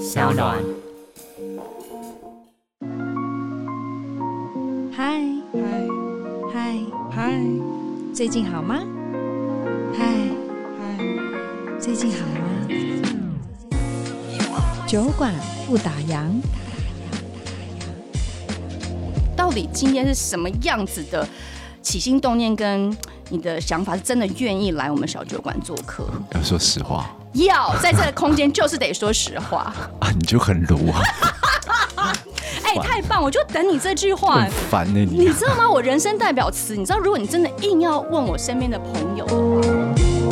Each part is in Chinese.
小暖。 嗨，最近好吗？嗨，最近好吗？酒馆不打烊。 到底今天是什么样子的起心动念跟你的想法，是真的愿意来我们小酒馆做客？ 要说实话， 要在这个空间就是得说实话啊，你就很鲁啊！ 哎、太棒！我就等你这句话。 很烦欸你。 你知道吗？我人生代表词，你知道，如果你真的硬要问我身边的朋友的话。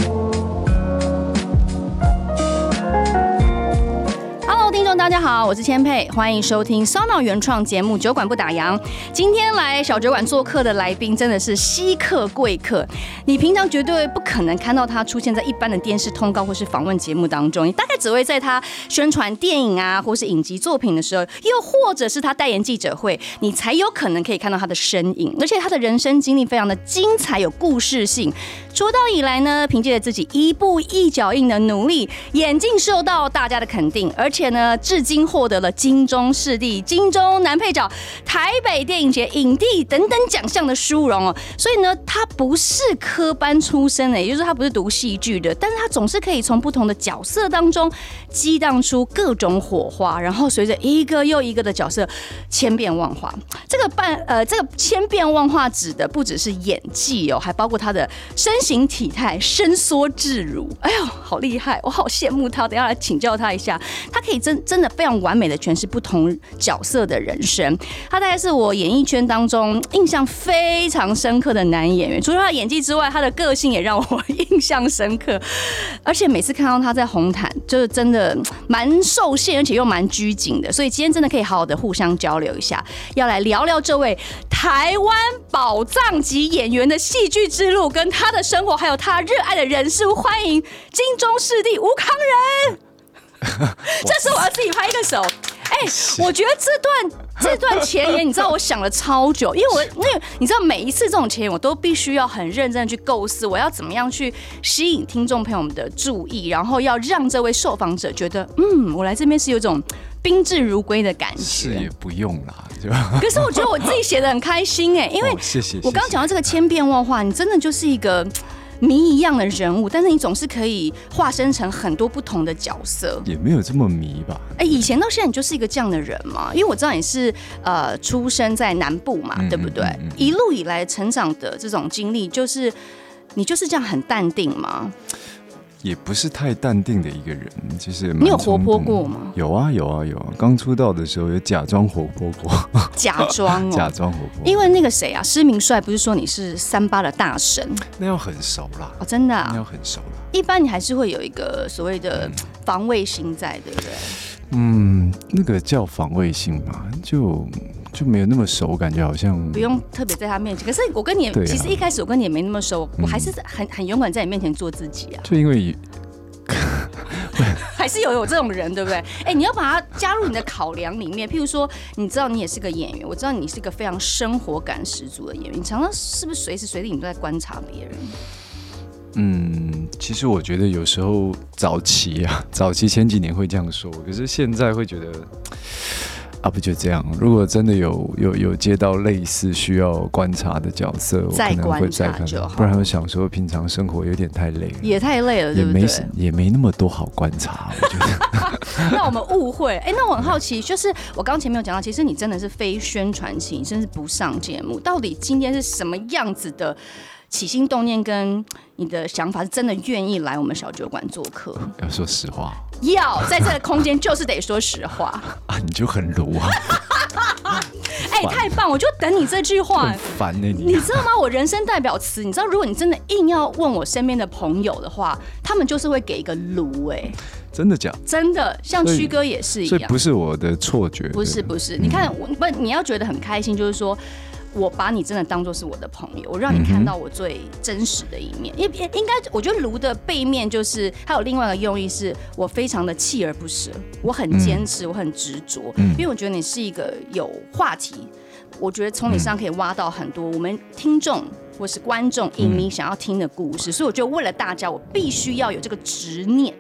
听众大家好，我是千佩，欢迎收听烧脑原创节目《酒馆不打烊》。今天来小酒馆做客的来宾真的是稀客贵客，你平常绝对不可能看到他出现在一般的电视通告或是访问节目当中，你大概只会在他宣传电影啊或是影集作品的时候，又或者是他代言记者会，你才有可能可以看到他的身影。而且他的人生经历非常的精彩，有故事性。出道以来呢，凭借着自己一步一脚印的努力，眼镜受到大家的肯定，而且呢，至今获得了金钟视帝、金钟男配角、台北电影节影帝等等奖项的殊荣哦。所以呢，他不是科班出身的，也就是他不是读戏剧的，但是他总是可以从不同的角色当中激荡出各种火花，然后随着一个又一个的角色千变万化。这个千变万化指的不只是演技哦，还包括他的身形体态、伸缩自如。哎呦，好厉害！我好羡慕他，等一下来请教他一下。他可以真的非常完美的诠释不同角色的人生。他大概是我演艺圈当中印象非常深刻的男演员。除了他的演技之外，他的个性也让我印象深刻。而且每次看到他在红毯，就是真的蛮受限，而且又蛮拘谨的。所以今天真的可以好好的互相交流一下，要来聊聊这位台湾宝藏级演员的戏剧之路，跟他的生活，还有他热爱的人事物。欢迎金钟视帝吴慷仁。这时我要自己拍一个手。我觉得这段前言，你知道我想了超久，因为你知道每一次这种前言，我都必须要很认真的去构思，我要怎么样去吸引听众朋友们的注意，然后要让这位受访者觉得，我来这边是有种宾至如归的感觉。 是也不用啦， 可是我觉得我自己写得很开心因为谢谢。 我刚刚讲到这个千变万化，你真的就是一个谜一样的人物，但是你总是可以化身成很多不同的角色， 也没有这么迷吧？ 以前到现在你就是一个这样的人嘛？因为我知道你是出生在南部嘛，对不对？一路以来成长的这种经历，就是你就是这样很淡定吗？ 也不是太淡定的一个人，其实你有活泼过吗？ 有啊。刚出道的时候有假装活泼过。 假装假装活泼。 因为那个谁啊，施明帅不是说你是38的大神？ 那要很熟啦。 真的啊？ 那要很熟啦。 一般你还是会有一个所谓的防卫心在，对不对？ 那个叫防卫心嘛，就没有那么熟，感觉好像不用特别在他面前。可是我跟你，其实一开始我跟你也没那么熟，我还是很勇敢在你面前做自己啊。 就因为还是有这种人，对不对？你要把它加入你的考量里面。譬如说，你知道你也是个演员，我知道你是个非常生活感十足的演员，你常常是不是随时随地你都在观察别人？ 其实我觉得有时候早期前几年会这样说，可是现在会觉得不就这样？如果真的有接到类似需要观察的角色，我可能会再看就好。不然我想说，平常生活有点太累了， 也太累了，对不对？ 也没那么多好观察，我觉得。 那我们误会。那我很好奇，就是我刚前面有讲到，其实你真的是非宣传期，你甚至不上节目。到底今天是什么样子的起心动念跟你的想法，是真的愿意来我们小酒馆做客？ 要说实话， 要在这个空间就是得说实话啊，你就很鲁啊！ 太棒！我就等你这句话。 很烦欸你。 你知道吗？我人生代表词，你知道，如果你真的硬要问我身边的朋友的话，他们就是会给一个炉真的假的？ 真的，像曲哥也是一样。 所以不是我的错觉。 不是。你看，你要觉得很开心，就是说，我把你真的当作是我的朋友，我让你看到我最真实的一面。应该，我觉得炉的背面就是还有另外一个用意，是我非常的锲而不舍，我很坚持，我很执着，因为我觉得你是一个有话题，我觉得从你身上可以挖到很多我们听众或是观众影迷想要听的故事，所以我觉得为了大家，我必须要有这个执念。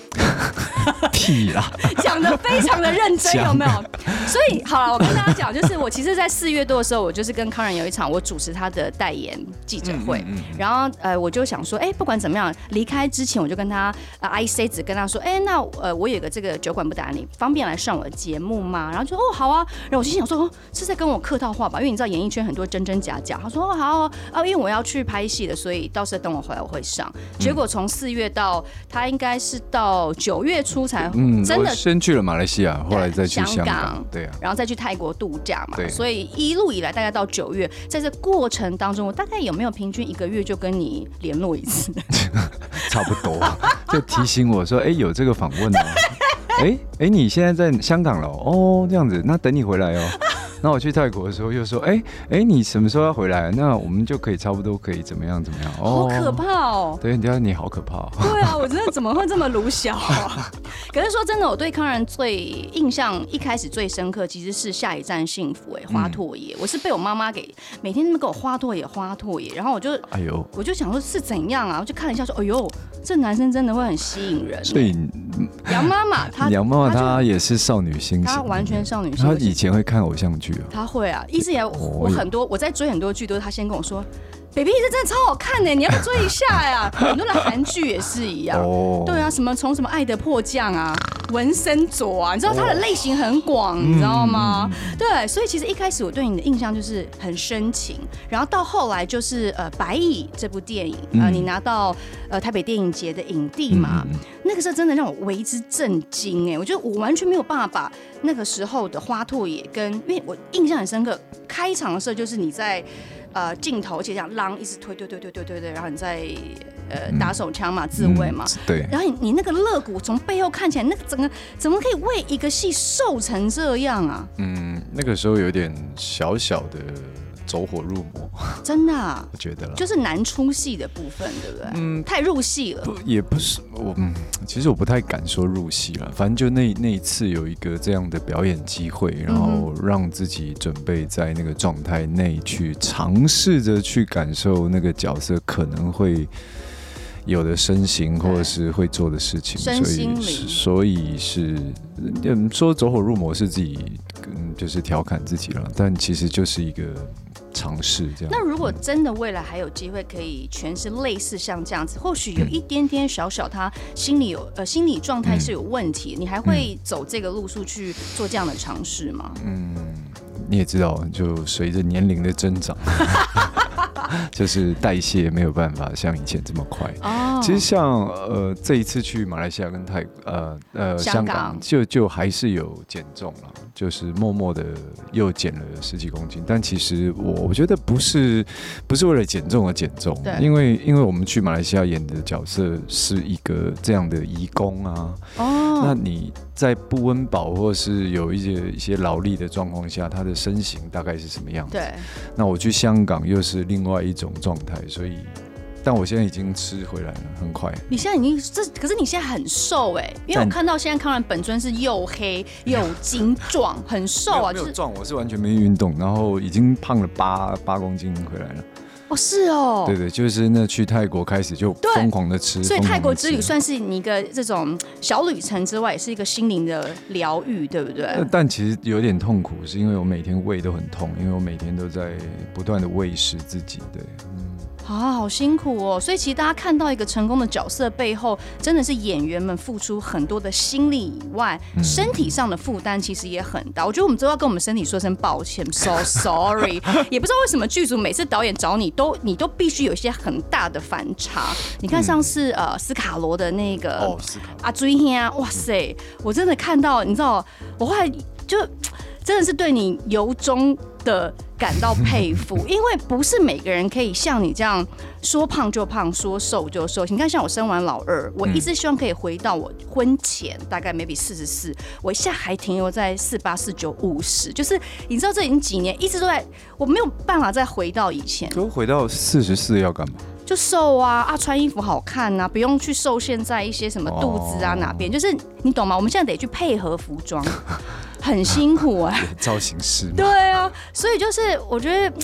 屁啦， 讲得非常的认真，有没有？所以好了，我跟大家讲，就是我其实，在4月多的时候，我就是跟康仁有一场我主持他的代言记者会，然后我就想说，不管怎么样，离开之前我就跟他IC 只跟他说，那我有个这个酒馆不打你，方便来上我的节目吗？然后就哦好啊，然后我就心想说，是在跟我客套话吧？因为你知道演艺圈很多真真假假。他说好因为我要去拍戏的，所以到时候等我回来我会上。结果从4月到他应该是到9月初才真的。 我先去了马来西亚，后来再去香港，对啊， 然后再去泰国度假嘛，所以一路以来大概到9月，在这过程当中，我大概有没有平均1个月就跟你联络一次？ 差不多，就提醒我说，有这个访问哦，你现在在香港了哦，这样子，那等你回来哦。那我去泰国的时候又说，你什么时候要回来？那我们就可以差不多可以怎么样？ 好可怕哦！ 对，你好可怕哦。 对啊，我真的怎么会这么鲁小啊？可是说真的，我对康仁最印象一开始最深刻，其实是下一站幸福花拓野。我是被我妈妈给每天那么给我花拓野，然后我就想说是怎样啊？我就看了一下说，这男生真的会很吸引人。 所以杨妈妈她也是少女心， 她完全少女心。 她以前会看偶像剧。 他会啊，一直以来我在追很多剧，都是他先跟我说 ，baby 这真的超好看的，你要不要追一下呀？很多的韩剧也是一样，对啊，从什么爱的迫降啊、文森佐啊，你知道他的类型很广，你知道吗？对，所以其实一开始我对你的印象就是很深情，然后到后来就是白蚁这部电影你拿到台北电影节的影帝嘛。那个时候真的让我为之震惊我觉得我完全没有办法把那个时候的花拓野因为我印象很深刻，开场的时候就是你在镜头，而且这样浪一直推，然后你在打手枪嘛，自卫嘛， 对， 然后你那个肋骨从背后看起来，那个整个怎么可以为一个戏瘦成这样啊？ 那个时候有点小小的走火入魔， 真的啊， 我觉得啦， 就是难出戏的部分，对不对？太入戏了， 也不是其实我不太敢说入戏了，反正就那一次有一个这样的表演机会，然后让自己准备在那个状态内去尝试着去感受那个角色可能会有的身形或者是会做的事情，所以是说走火入魔是自己就是调侃自己了，但其实就是一个尝试这样。 那如果真的未来还有机会可以诠释类似像这样子，或许有一点点小他心理状态是有问题，你还会走这个路数去做这样的尝试吗？ 你也知道，就随着年龄的增长。就是代谢没有办法像以前这么快。其实像这一次去马来西亚跟香港就还是有减重了，就是默默的又减了10几公斤。但其实我觉得不是为了减重而减重，因为我们去马来西亚演的角色是一个这样的移工啊。那你在不温饱或是有一些劳力的状况下，他的身形大概是什么样子？对。那我去香港又是另外一种状态，所以，但我现在已经吃回来了，很快。你现在已经可是你现在很瘦因为我看到现在康仁本尊是又黑又精壮，很瘦啊，没有壮，我是完全没运动，然后已经胖了8公斤回来了。是哦，对，就是那去泰国开始就疯狂的吃，所以泰国之旅算是你一个这种小旅程之外，也是一个心灵的疗愈，对不对？但其实有点痛苦，是因为我每天胃都很痛，因为我每天都在不断的喂食自己，对。好辛苦哦！所以其实大家看到一个成功的角色背后，真的是演员们付出很多的心力以外，身体上的负担其实也很大。我觉得我们都要跟我们身体说声抱歉 ，so sorry。也不知道为什么剧组每次导演找你都必须有一些很大的反差。你看上次斯卡罗的那个阿追兄，哇塞！我真的看到，你知道，我后来就真的是对你由衷的感到佩服，因为不是每个人可以像你这样说胖就胖，说瘦就瘦。你看，像我生完老二，我一直希望可以回到我婚前大概 maybe 44，我现在还停留在48、49、50，就是你知道这已经几年，一直都在，我没有办法再回到以前。可回到44要干嘛？就瘦啊，穿衣服好看啊，不用去受限在一些什么肚子啊哪边，就是你懂吗？我们现在得去配合服装。很辛苦造型师。对啊，所以就是我觉得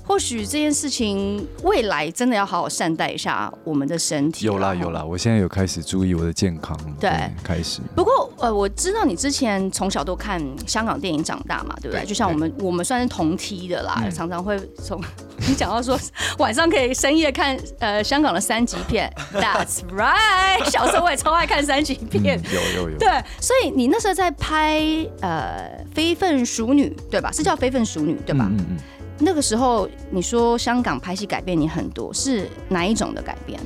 或许这件事情未来真的要好好善待一下我们的身体。 有啦，我现在有开始注意我的健康，对，开始。 不过我知道你之前从小都看香港电影长大嘛，对不对？就像我们算是同梯的啦，常常会从你讲到说晚上可以深夜看香港的3级片，That's right。小时候我也超爱看3级片， 有。 对，所以你那时候在拍非分熟女，对吧？是叫非分熟女，对吧？那个时候你说香港拍戏改变你很多，是哪一种的改变？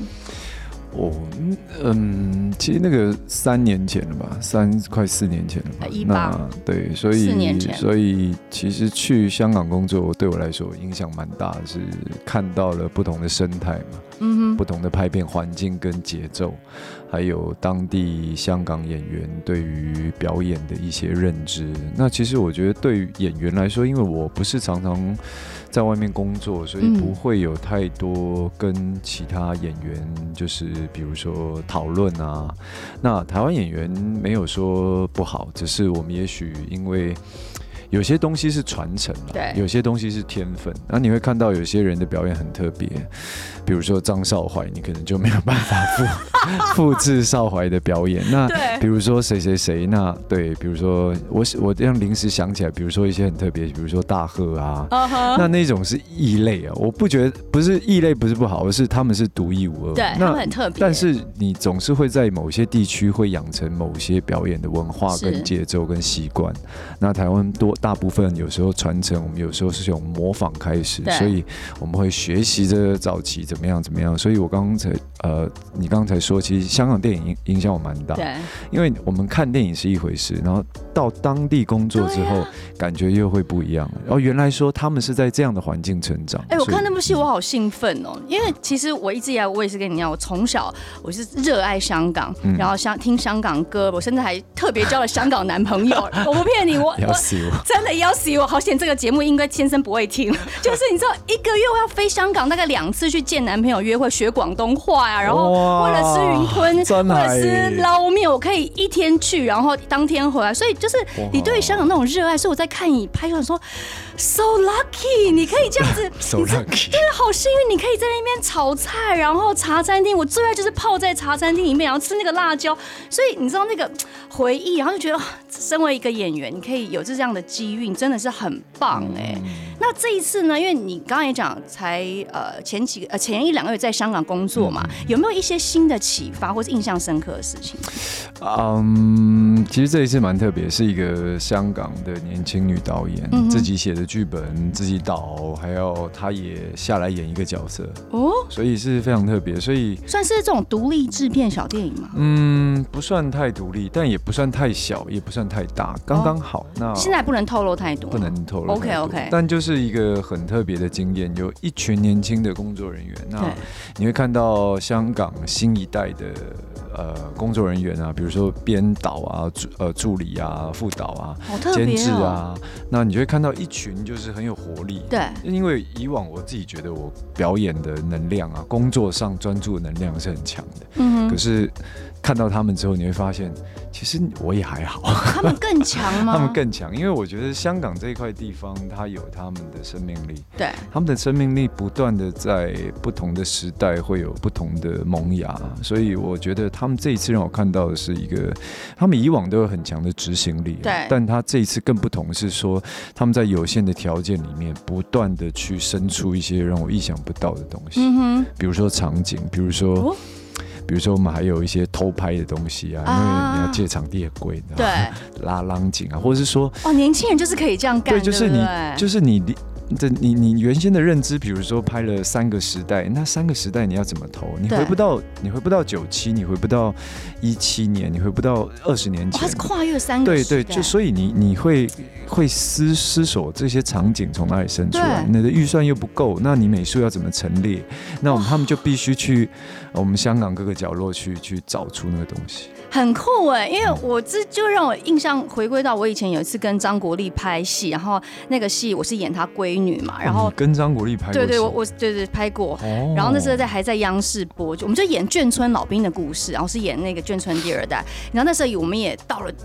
其实那个3年前了吧，快4年前了吧。 18， 对，所以其实去香港工作对我来说影响蛮大的，是看到了不同的生态嘛，不同的拍片环境跟节奏，还有当地香港演员对于表演的一些认知。那其实我觉得对于演员来说，因为我不是常常在外面工作，所以不会有太多跟其他演员就是比如说讨论啊。那台湾演员没有说不好，只是我们也许因为有些东西是传承嘛，有些东西是天分。然后你会看到有些人的表演很特别，比如说张少怀，你可能就没有办法复制少怀的表演。那比如说谁，那对，比如说我这样临时想起来，比如说一些很特别，比如说大贺啊，那种是异类啊。我不觉得不是异类，不是不好，而是他们是独一无二。 对，他们很特别。 但是你总是会在某些地区会养成某些表演的文化跟节奏跟习惯。那台湾大部分有时候传承，我们有时候是从模仿开始，所以我们会学习着早期怎么样。所以我你刚才说，其实香港电影影响我蛮大，对，因为我们看电影是一回事，然后到当地工作之后，感觉又会不一样。然后原来说他们是在这样的环境成长。 我看那部戏我好兴奋哦，因为其实我一直以来我也是跟你一样，我从小我是热爱香港，然后听香港歌，我甚至还特别交了香港男朋友。我不骗你，我真的要死我，好险这个节目应该先生不会听。就是你知道，1个月我要飞香港大概2次去见男朋友约会，学广东话呀，然后为了吃云吞，为了吃捞面，我可以1天去，然后当天回来。所以就是你对于香港那种热爱，所以我在看你拍摄说 ，so lucky， 你可以这样子 ，so lucky， 真的好幸运，你可以在那边炒菜，然后茶餐厅，我最爱就是泡在茶餐厅里面，然后吃那个辣椒。所以你知道那个回忆，然后就觉得，身为一个演员，你可以有这样的机遇，真的是很棒哎。那这一次呢，因为你刚刚也讲，才前1-2个月在香港工作嘛，有没有一些新的启发或是印象深刻的事情？ 其实这一次蛮特别，是一个香港的年轻女导演，自己写的剧本，自己导，还有她也下来演一个角色哦，所以是非常特别，所以算是这种独立制片小电影吗？ 不算太独立，但也不算太小，也不算太大，刚刚好。那现在不能透露太多， 不能透露太多。 OK， 但就是一个很特别的经验，有一群年轻的工作人员，那你会看到香港新一代的工作人员啊，比如说编导啊、助理啊、副导啊、监制啊，那你就会看到一群就是很有活力。 对， 因为以往我自己觉得我表演的能量啊，工作上专注的能量是很强的，可是看到他们之后，你会发现其实我也还好。 他们更强吗？ 他们更强，因为我觉得香港这一块地方，它有他们的生命力。 对， 他们的生命力不断的在不同的时代会有不同的萌芽，所以我觉得他们这一次让我看到的是一个，他们以往都有很强的执行力， 对， 但他这一次更不同，是说他们在有限的条件里面，不断的去生出一些让我意想不到的东西，比如说场景，比如说我们还有一些偷拍的东西啊，因为你要借场地很贵， 对， 拉浪景啊，或者是说， 年轻人就是可以这样干， 对，就是你原先的认知，比如说拍了3个时代，那3个时代你要怎么投？你回不到97，你回不到17年，你回不到20年前， 它是跨越3个时代。 对，就所以你会思索这些场景从哪里生出来，你的预算又不够，那你美术要怎么陈列？那他们就必须去我们香港各个角落去找出那个东西。 很酷哎，因为这就让我印象回归到我以前有一次跟张国立拍戏，然后那个戏我是演他闺女嘛，然后你跟张国立拍过戏， 对，我拍过，然后那时候还在央视播，我们就演眷村老兵的故事，然后是演那个眷村第2代，然后那时候我们也到了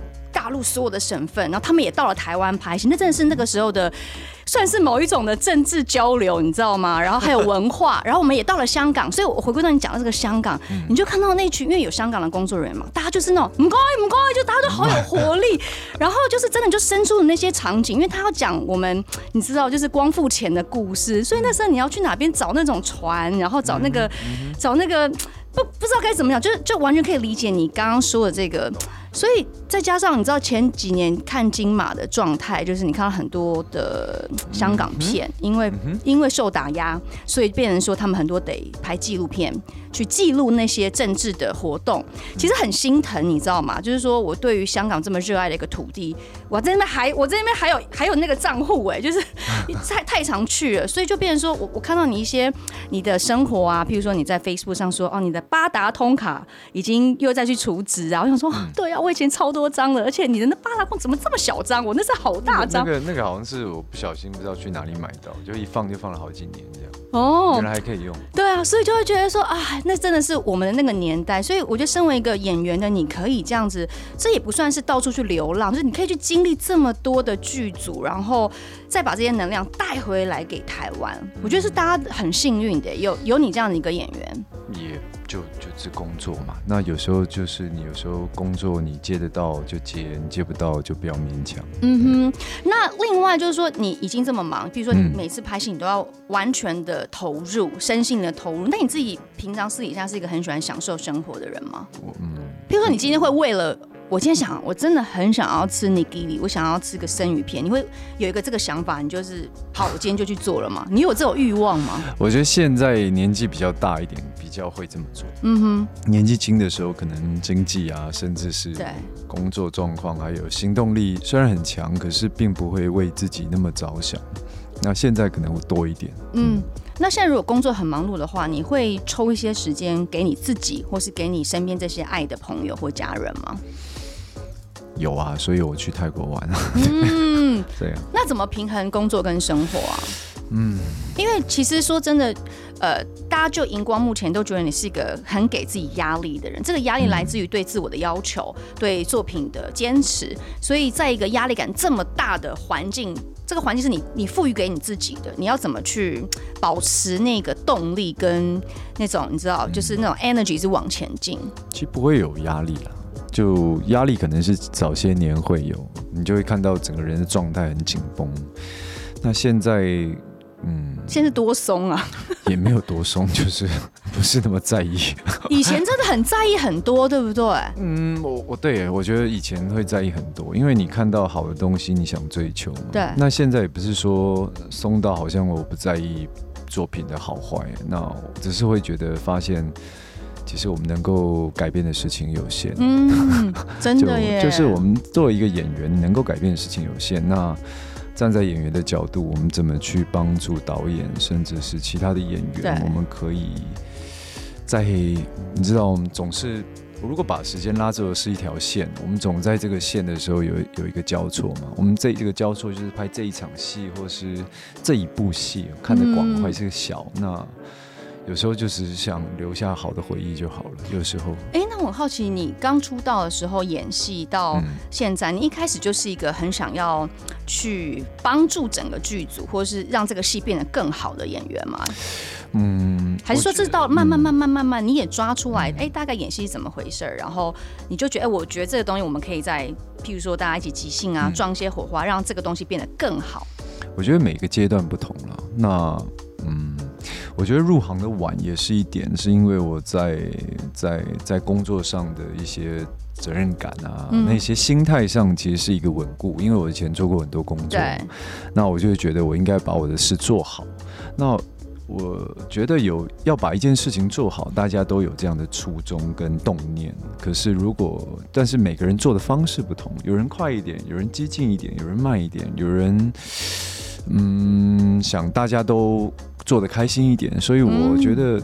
大陆所有的省份，然后他们也到了台湾拍戏，那真的是那个时候的。算是某一种的政治交流，你知道吗？然后还有文化，然后我们也到了香港，所以我回归到你讲的这个香港，你就看到那群，因为有香港的工作人员嘛，大家就是那种唔该，就大家都好有活力，然后就是真的就生出了那些场景，因为他要讲我们，你知道，就是光复前的故事，所以那时候你要去哪边找那种船，然后找那个不知道该怎么讲，就完全可以理解你刚刚说的这个。所以再加上你知道前几年看金马的状态，就是你看到很多的香港片，因为受打压，所以变成说他们很多得拍纪录片去记录那些政治的活动，其实很心疼，你知道吗？就是说我对于香港这么热爱的一个土地，我在那边还有那个账户就是太常去了，所以就变成说我看到你一些你的生活啊，譬如说你在 Facebook 上说你的八达通卡已经又再去储值啊，我想说对啊。我以前超多张的，而且你的那八达通怎么这么小张？我那是好大张。 那个好像是我不小心不知道去哪里买到，就一放就放了好几年这样。原来还可以用。 对啊，所以就会觉得说那真的是我们的那个年代。所以我觉得身为一个演员的你，可以这样子，这也不算是到处去流浪，就是你可以去经历这么多的剧组，然后再把这些能量带回来给台湾。我觉得是大家很幸运的，有你这样的一个演员。 也就是工作嘛，那有时候就是你有时候工作你接得到就接，你接不到就不要勉强。 那另外就是说你已经这么忙，比如说你每次拍戏你都要完全的投入，身心的投入。那你自己平常私底下是一个很喜欢享受生活的人吗？比如说你今天会为了我今天我真的很想要吃nigiri，我想要吃个生鱼片，你会有一个这个想法，你就是好，我今天就去做了吗？你有这种欲望吗？ 我觉得现在年纪比较大一点，比较会这么做。年纪轻的时候，可能经济啊，甚至是工作状况，还有行动力虽然很强，可是并不会为自己那么着想。那现在可能会多一点。 那现在如果工作很忙碌的话，你会抽一些时间给你自己，或是给你身边这些爱的朋友或家人吗？ 有啊，所以我去泰国玩。对啊。 那怎么平衡工作跟生活啊？因为其实说真的，大家就荧光幕前都觉得你是一个很给自己压力的人，这个压力来自于对自我的要求，对作品的坚持，所以在一个压力感这么大的环境，这个环境是你赋予给你自己的，你要怎么去保持那个动力跟那种你知道，就是那种 energy 是往前进？ 其实不会有压力啦。就压力可能是早些年会有，你就会看到整个人的状态很紧绷。那现在， 现在多松啊？ 也没有多松，就是不是那么在意。 以前真的很在意很多，对不对？ 我觉得以前会在意很多，因为你看到好的东西，你想追求嘛。 对。 那现在也不是说松到好像我不在意作品的好坏，那只是会觉得发现。其实我们能够改变的事情有限， 真的耶。 就是我们作为一个演员，能够改变的事情有限。那站在演员的角度，我们怎么去帮助导演，甚至是其他的演员？我们可以在你知道，我们总是如果把时间拉作是一条线，我们总在这个线的时候有一个交错嘛。我们这个交错就是拍这一场戏，或是这一部戏，看得广还是小那。有时候就只是想留下好的回忆就好了。有时候， 那我很好奇，你刚出道的时候演戏到现在，你一开始就是一个很想要去帮助整个剧组，或是让这个戏变得更好的演员吗？还是说这到慢慢，你也抓出来，大概演戏是怎么回事，然后你就觉得，我觉得这个东西我们可以在，譬如说大家一起即兴啊，撞些火花，让这个东西变得更好。 我觉得每个阶段不同了。那我觉得入行的晚也是一点，是因为我在工作上的一些责任感啊，那些心态上其实是一个稳固，因为我以前做过很多工作，那我就会觉得我应该把我的事做好。那我觉得要把一件事情做好，大家都有这样的初衷跟动念。可是但是每个人做的方式不同，有人快一点，有人激进一点，有人慢一点，有人想大家都做得开心一点，所以我觉得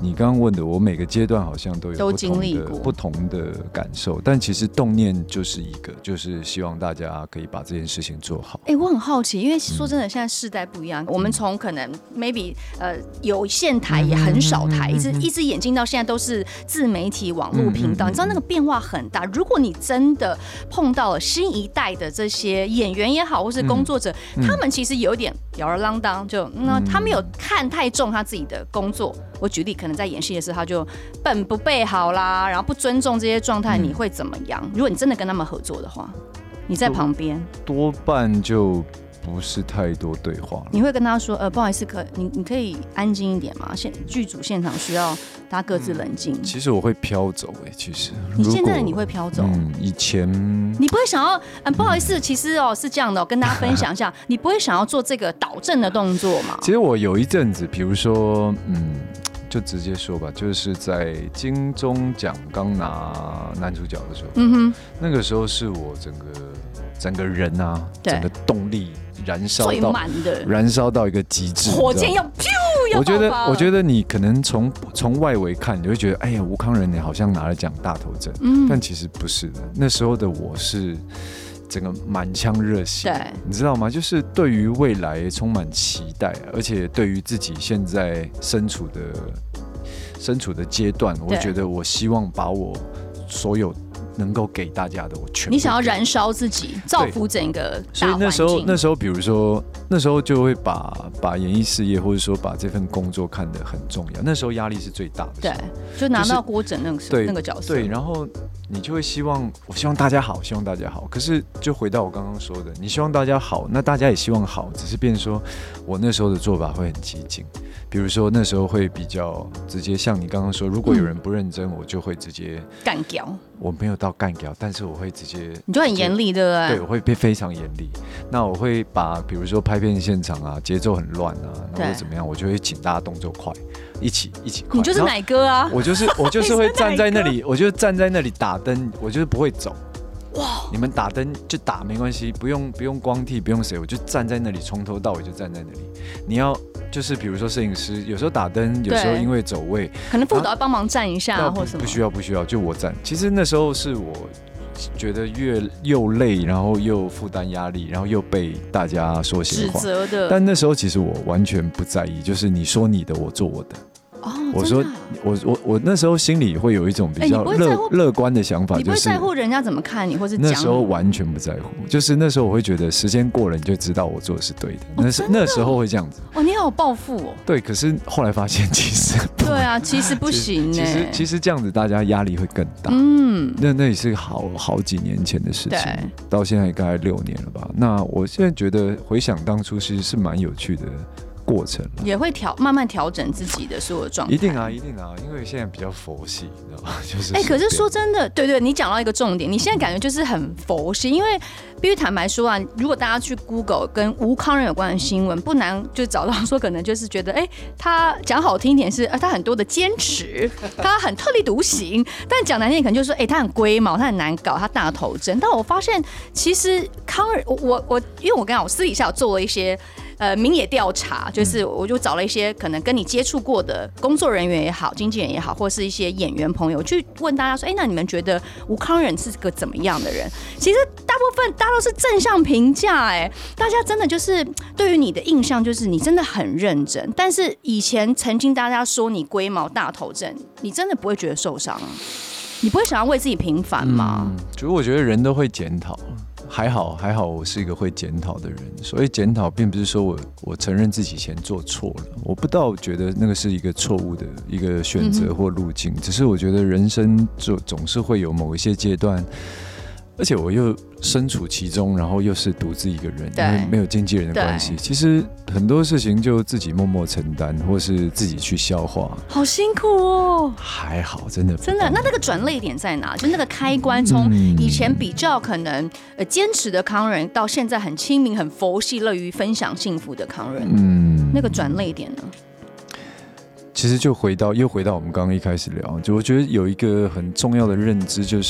你刚刚问的，我每个阶段好像都有不同的感受，但其实动念就是一个，就是希望大家可以把这件事情做好。 我很好奇，因为说真的，现在世代不一样，我们从可能 maybe 有线台也很少台，一只眼睛到现在都是自媒体网络频道，你知道那个变化很大。如果你真的碰到了新一代的这些演员也好，或是工作者，他们其实有点吊儿郎当，他没有看太重他自己的工作。我举例，可能在演戏的时候，他就本不备好啦，然后不尊重这些状态，你会怎么样？如果你真的跟他们合作的话，你在旁边， 多半就不是太多对话。 你会跟他说，不好意思，你可以安静一点吗？剧组现场需要大家各自冷静。 其实我会飘走其实你现在你会飘走？ 以前你不会想要，不好意思，其实是这样的，跟大家分享一下，你不会想要做这个导正的动作吗？ 其实我有一阵子，比如说，就直接说吧，就是在金钟奖刚拿男主角的时候，那个时候是我整个人啊，整个动力燃烧到一个极致， 火箭要我觉得你可能从外围看，你会觉得，哎呀，吴慷仁你好像拿了奖大头症，但其实不是的。那时候的我是整个满腔热血，你知道吗？就是对于未来充满期待，而且对于自己现在身处的阶段，我觉得我希望把我所有能够给大家的，我全部。 你想要燃烧自己，造福整个大环境。 所以那时候，比如说那时候就会把演艺事业或者说把这份工作看得很重要。那时候压力是最大的。 对，就拿到郭整那个角色。 对，然后你就会我希望大家好，希望大家好。可是就回到我刚刚说的，你希望大家好，那大家也希望好，只是变成说我那时候的做法会很激进。比如说那时候会比较直接，像你刚刚说，如果有人不认真，我就会直接干掉。 我没有到干掉，但是我会直接， 你就很严厉，对不对？ 对，我会非常严厉。那我会把比如说拍片现场啊，节奏很乱啊，然后怎么样，我就会请大家动作快，一起快。 你就是奶哥啊！ 我就是会站在那里，我就站在那里打灯，我就是不会走。哇！你们打灯就打没关系，不用光替，不用谁，我就站在那里，从头到尾就站在那里。你要就是比如说摄影师，有时候打灯，有时候因为走位， 可能副导要帮忙站一下或什么。 不需要，就我站。其实那时候是我觉得又累，然后又负担压力，然后又被大家说闲话， 指责的。 但那时候其实我完全不在意，就是你说你的，我做我的。我说我那时候心里会有一种比较乐观的想法， 你不会在乎人家怎么看你，或是讲你。 那时候完全不在乎，就是那时候我会觉得时间过了你就知道我做的是对的。那时候会这样子。 你好有抱负哦。 对，可是后来发现其实对啊，其实不行欸。 其实这样子大家压力会更大。那也是好几年前的事情，到现在大概6年了吧。那我现在觉得回想当初其实是蛮有趣的过程， 也会慢慢调整自己的所有状态。 一定啊，因为现在比较佛系，你知道吗？就是可是说真的，对，你讲到一个重点，你现在感觉就是很佛系，因为必须坦白说啊，如果大家去 Google 跟吴慷仁有关的新闻，不难就找到说，可能就是觉得，他讲好听一点是，他很多的坚持，他很特立独行，但讲难听点可能就是说，他很龟毛，他很难搞，他大头针。但我发现其实慷仁，因为我跟你讲，我私底下有做了一些。民野调查，就是我就找了一些可能跟你接触过的工作人员也好，经纪人也好，或是一些演员朋友，去问大家说，那你们觉得吴慷仁是个怎么样的人？其实大部分大家都是正向评价，大家真的就是对于你的印象就是你真的很认真，但是以前曾经大家说你龟毛大头症，你真的不会觉得受伤啊？你不会想要为自己平反吗？ 其实我觉得人都会检讨。还好，我是一个会检讨的人。所以检讨并不是说我承认自己以前做错了，我不倒觉得那个是一个错误的一个选择或路径，只是我觉得人生总是会有某一些阶段，而且我又身处其中，然后又是独自一个人，因为没有经纪人的关系，其实很多事情就自己默默承担，或是自己去消化。好辛苦哦。 还好，真的。 那个转捩点在哪？就那个开关，从以前比较可能坚持的慷仁，到现在很亲民、很佛系、乐于分享幸福的慷仁。那个转捩点呢？ 其实就又回到我们刚刚一开始聊，就我觉得有一个很重要的认知就是。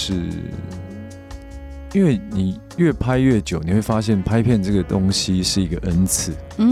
因为你越拍越久，你会发现拍片这个东西是一个恩赐。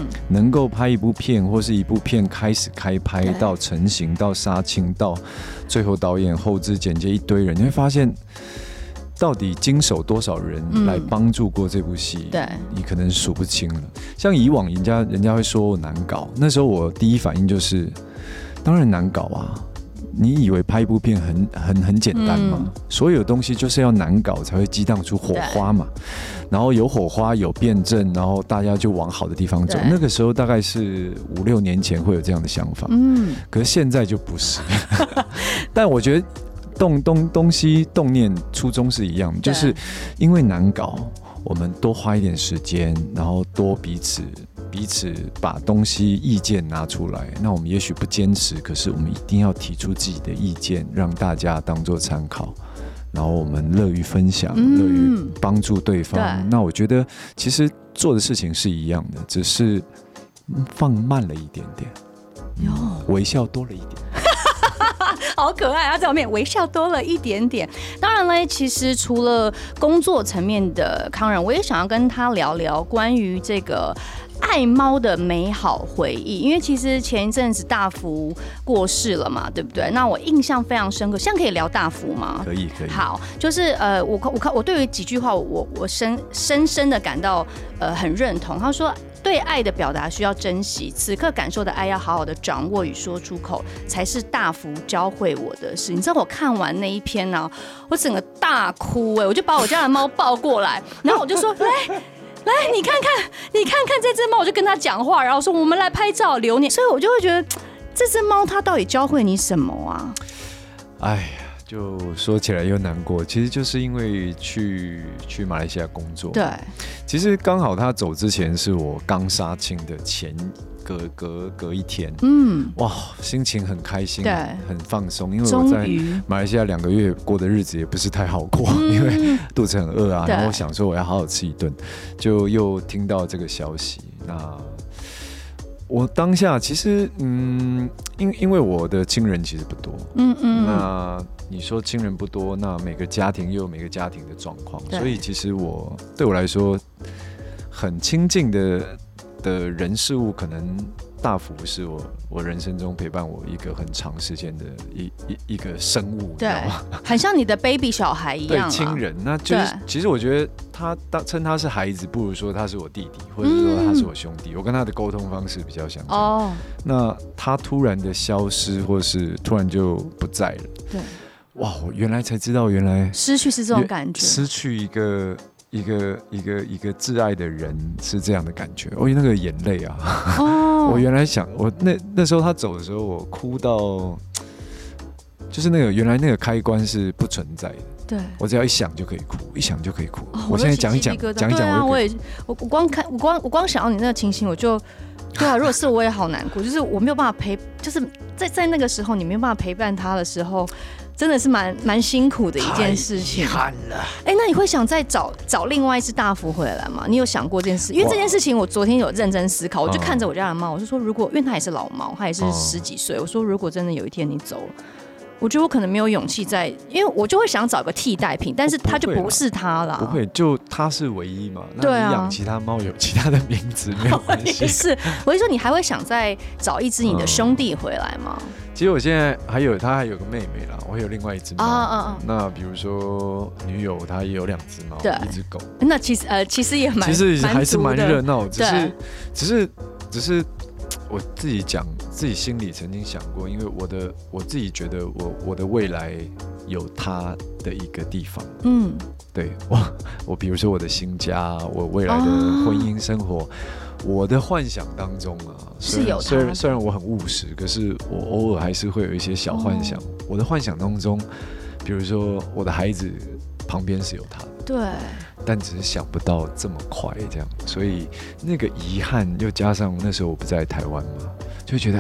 能够拍一部片或是一部片开始开拍到成型到杀青到最后导演后制剪接一堆人，你会发现到底经手多少人来帮助过这部戏，你可能数不清了。像以往人家会说我难搞，那时候我第一反应就是当然难搞啊，你以为拍一部片很简单吗？所有东西就是要难搞才会激荡出火花嘛，然后有火花有辩证，然后大家就往好的地方走。那个时候大概是5-6年前会有这样的想法，可是现在就不是。但我觉得东西动念初衷是一样，就是因为难搞，我们多花一点时间，然后多彼此把东西意见拿出来。那我们也许不坚持，可是我们一定要提出自己的意见，让大家当作参考。然后我们乐于分享，乐于帮助对方。那我觉得其实做的事情是一样的，只是放慢了一点点，微笑多了一点。 好可爱，他在后面微笑多了一点点。当然呢，其实除了工作层面的康仁，我也想要跟他聊聊关于这个爱猫的美好回忆。因为其实前一阵子大福过世了嘛，对不对？那我印象非常深刻。现在可以聊大福吗？ 可以。 好，就是我对于几句话我深深的感到很认同。他说，对爱的表达需要珍惜，此刻感受的爱要好好的掌握与说出口，才是大福教会我的事。你知道我看完那一篇呢，我整个大哭我就把我家的猫抱过来，然后我就说来，你看看这只猫，我就跟他讲话，然后说我们来拍照留念。所以我就会觉得这只猫它到底教会你什么啊？哎呀， 就说起来又难过，其实就是因为去马来西亚工作。对，其实刚好他走之前是我刚杀青的前隔一天，哇，心情很开心，很放松，因为我在马来西亚2个月过的日子也不是太好过，因为肚子很饿啊，然后我想说我要好好吃一顿，就又听到这个消息。那我当下其实，因为我的亲人其实不多，那你说亲人不多，那每个家庭又有每个家庭的状况，所以其实对我来说很亲近的人事物，可能大福是我人生中陪伴我一个很长时间的一个生物，对， 很像你的 baby 小孩一样， 对，亲人。那就是其实我觉得称他是孩子，不如说他是我弟弟，或者说他是我兄弟。我跟他的沟通方式比较相近。那他突然的消失，或是突然就不在了，对，哇，我原来才知道，原来失去是这种感觉， 失去一个挚爱的人是这样的感觉。那个眼泪啊，我原来想，我那时候他走的时候，我哭到，就是原来那个开关是不存在的。对，我只要一想就可以哭，一想就可以哭。我现在讲一讲，我光想到你那个情形，我就。对啊，如果是我也好难过，就是我没有办法就是在那个时候你没有办法陪伴他的时候，真的是蛮辛苦的一件事情。太遗憾了。那你会想再找另外一只大福回来吗？你有想过这件事？因为这件事情我昨天有认真思考，我就看着我家的猫，我就说，如果因为它也是老猫，它也是10几岁，我说如果真的有一天你走了，我觉得我可能没有勇气因为我就会想找个替代品，但是它就不是它啦。不会，就它是唯一嘛。那你养其他猫有其他的名字没有关系。是，我就说你还会想再找一只你的兄弟回来吗？其实我现在他还有个妹妹啦，我还有另外一只猫。那比如说女友她也有2只猫，一只狗。那其实也其实还是蛮热闹，只是。我自己心里曾经想过，因为我自己觉得我的未来有他的一个地方，对我比如说我的新家，我未来的婚姻生活，我的幻想当中啊，是有他。虽然我很务实，可是我偶尔还是会有一些小幻想。我的幻想当中，比如说我的孩子旁边是有他的，对。但只是想不到这么快这样，所以那个遗憾又加上那时候我不在台湾嘛，就觉得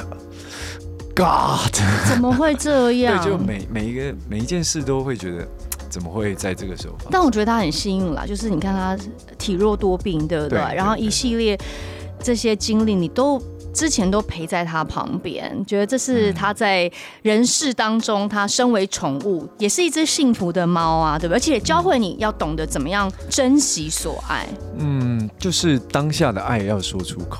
God 怎么会这样？对，就每一件事都会觉得怎么会在这个时候发生？但我觉得他很幸运啦，就是你看他体弱多病，对不对？然后一系列这些经历，你之前都陪在他旁边，觉得这是他在人世当中，他身为宠物，也是一只幸福的猫啊，对不对？而且教会你要懂得怎么样珍惜所爱。就是当下的爱要说出口了。我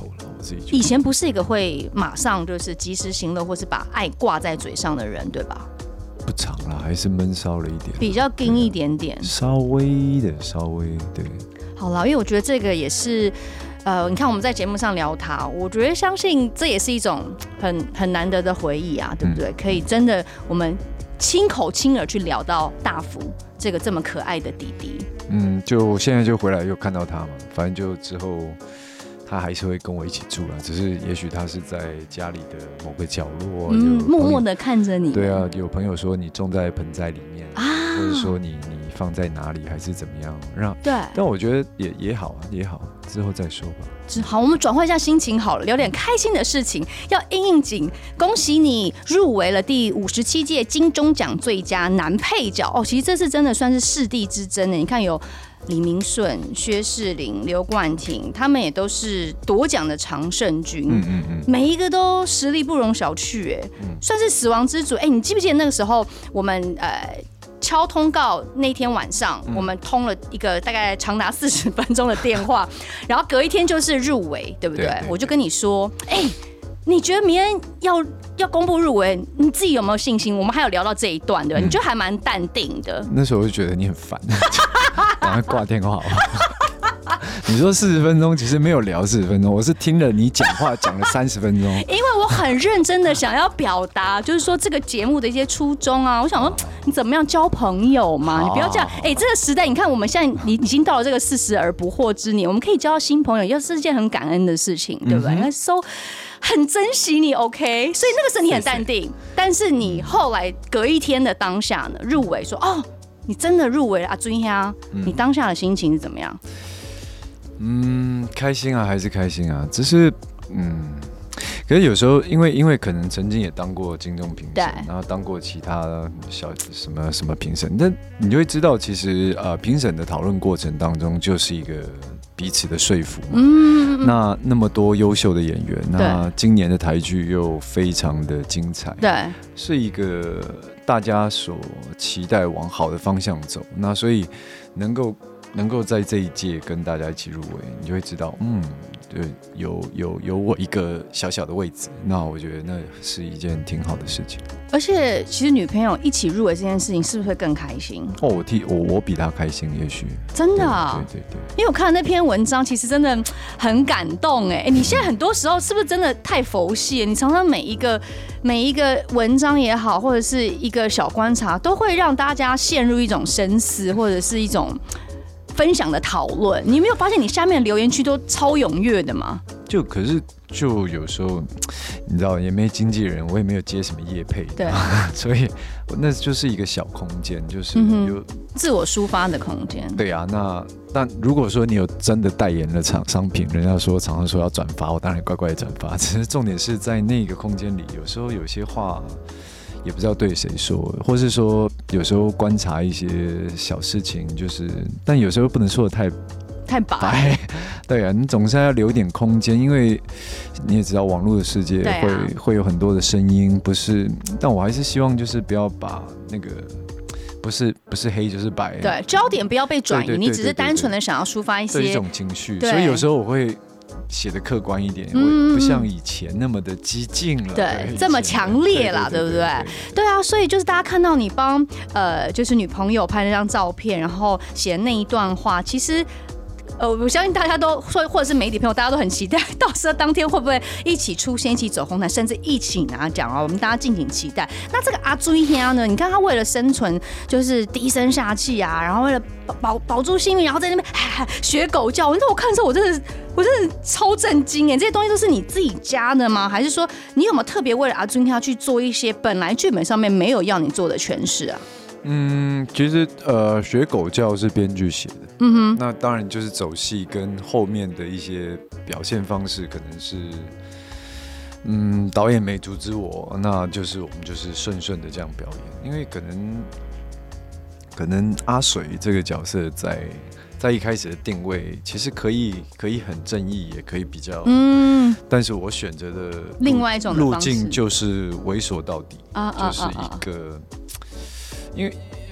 自己。 以前不是一个会马上就是及时行乐，或是把爱挂在嘴上的人，对吧？ 不长啦，还是闷烧了一点， 比较硬一点点， 稍微对。 好啦，因为我觉得这个也是。你看我们在节目上聊他，我觉得相信这也是一种很难得的回忆啊，对不对？可以真的我们亲口亲耳去聊到大福这个这么可爱的弟弟。 就现在就回来又看到他嘛，反正就之后他还是会跟我一起住啦，只是也许他是在家里的某个角落， 默默的看着你。 对啊，有朋友说你种在盆栽里面啊，或者说你放在哪里还是怎么样，对。但我觉得也好啊，也好，之后再说吧。 好，我们转换一下心情好了，聊点开心的事情。要应景，恭喜你入围了第57届金钟奖最佳男配角哦！其实这次真的算是世地之争的。你看有李明顺、薛仕凌、刘冠廷，他们也都是夺奖的常胜军，每一个都实力不容小觑，算是死亡之组。你记不记得那个时候我们敲通告那天晚上，我们通了一个大概长达40分钟的电话，然后隔一天就是入围，对不对？我就跟你说，你觉得明天要公布入围，你自己有没有信心？我们还有聊到这一段，对吧？你就还蛮淡定的。 那时候我就觉得你很烦，赶快挂电话好吗？你说40分钟，其实没有聊40分钟，我是听了你讲话讲了30分钟。 因为我很认真的想要表达，就是说这个节目的一些初衷啊。我想说，你怎么样交朋友嘛？你不要这样。这个时代，你看我们现在已经到了这个40而不惑之年，我们可以交到新朋友，又是一件很感恩的事情，对不对？很珍惜你 ，OK？ 所以那个时候你很淡定，但是你后来隔一天的当下呢，入围说你真的入围了啊，尊呀！你当下的心情是怎么样？ 开心啊，还是开心啊，只是可是有时候因为可能曾经也当过金钟评审，然后当过其他什么评审，但你就会知道，其实评审的讨论过程当中就是一个彼此的说服嘛。那么多优秀的演员，那今年的台剧又非常的精彩，对，是一个大家所期待往好的方向走，那所以能够在这一届跟大家一起入围，你就会知道，对，有我一个小小的位置，那我觉得那是一件挺好的事情。而且，其实女朋友一起入围这件事情，是不是会更开心？我比她开心，也许真的啊，对，因为我看了那篇文章，其实真的很感动你现在很多时候是不是真的太佛系了？你常常每一个文章也好，或者是一个小观察，都会让大家陷入一种深思，或者是一种分享的讨论。你没有发现你下面的留言区都超踊跃的吗？可是有时候你知道也没经纪人，我也没有接什么业配，对，所以那就是一个小空间，就是有自我抒发的空间。对啊，那如果说你有真的代言了商品，人家说厂商说要转发，我当然乖乖的转发。只是重点是在那个空间里，有时候有些话也不知道对谁说，或是说有时候观察一些小事情，但有时候不能说的太白，对啊，你总是要留一点空间，因为你也知道网络的世界会有很多的声音，不是，但我还是希望就是不要把那个不是黑就是白，对，焦点不要被转移，你只是单纯的想要抒发一种情绪，所以有时候我会写的客观一点，不像以前那么的激进了，对，这么强烈啦，对不对？对啊，所以就是大家看到你帮就是女朋友拍那张照片，然后写那一段话，其实。我相信大家都说，或者是媒体朋友，大家都很期待，到时候当天会不会一起出现，一起走红毯，甚至一起拿奖啊？我们大家敬请期待。那这个阿水兄呢？你看他为了生存，就是低声下气啊，然后为了保住性命，然后在那边学狗叫。你知道我看的时候，我真的超震惊这些东西都是你自己加的吗？还是说你有没有特别为了阿水兄去做一些本来剧本上面没有要你做的诠释啊？其实学狗叫是编剧写的，那当然就是走戏跟后面的一些表现方式，可能是导演没阻止我，那就是我们就是顺的这样表演，因为可能阿水这个角色在一开始的定位，其实可以很正义，也可以比较，但是我选择的另外一种路径就是猥琐到底，就是一个。因为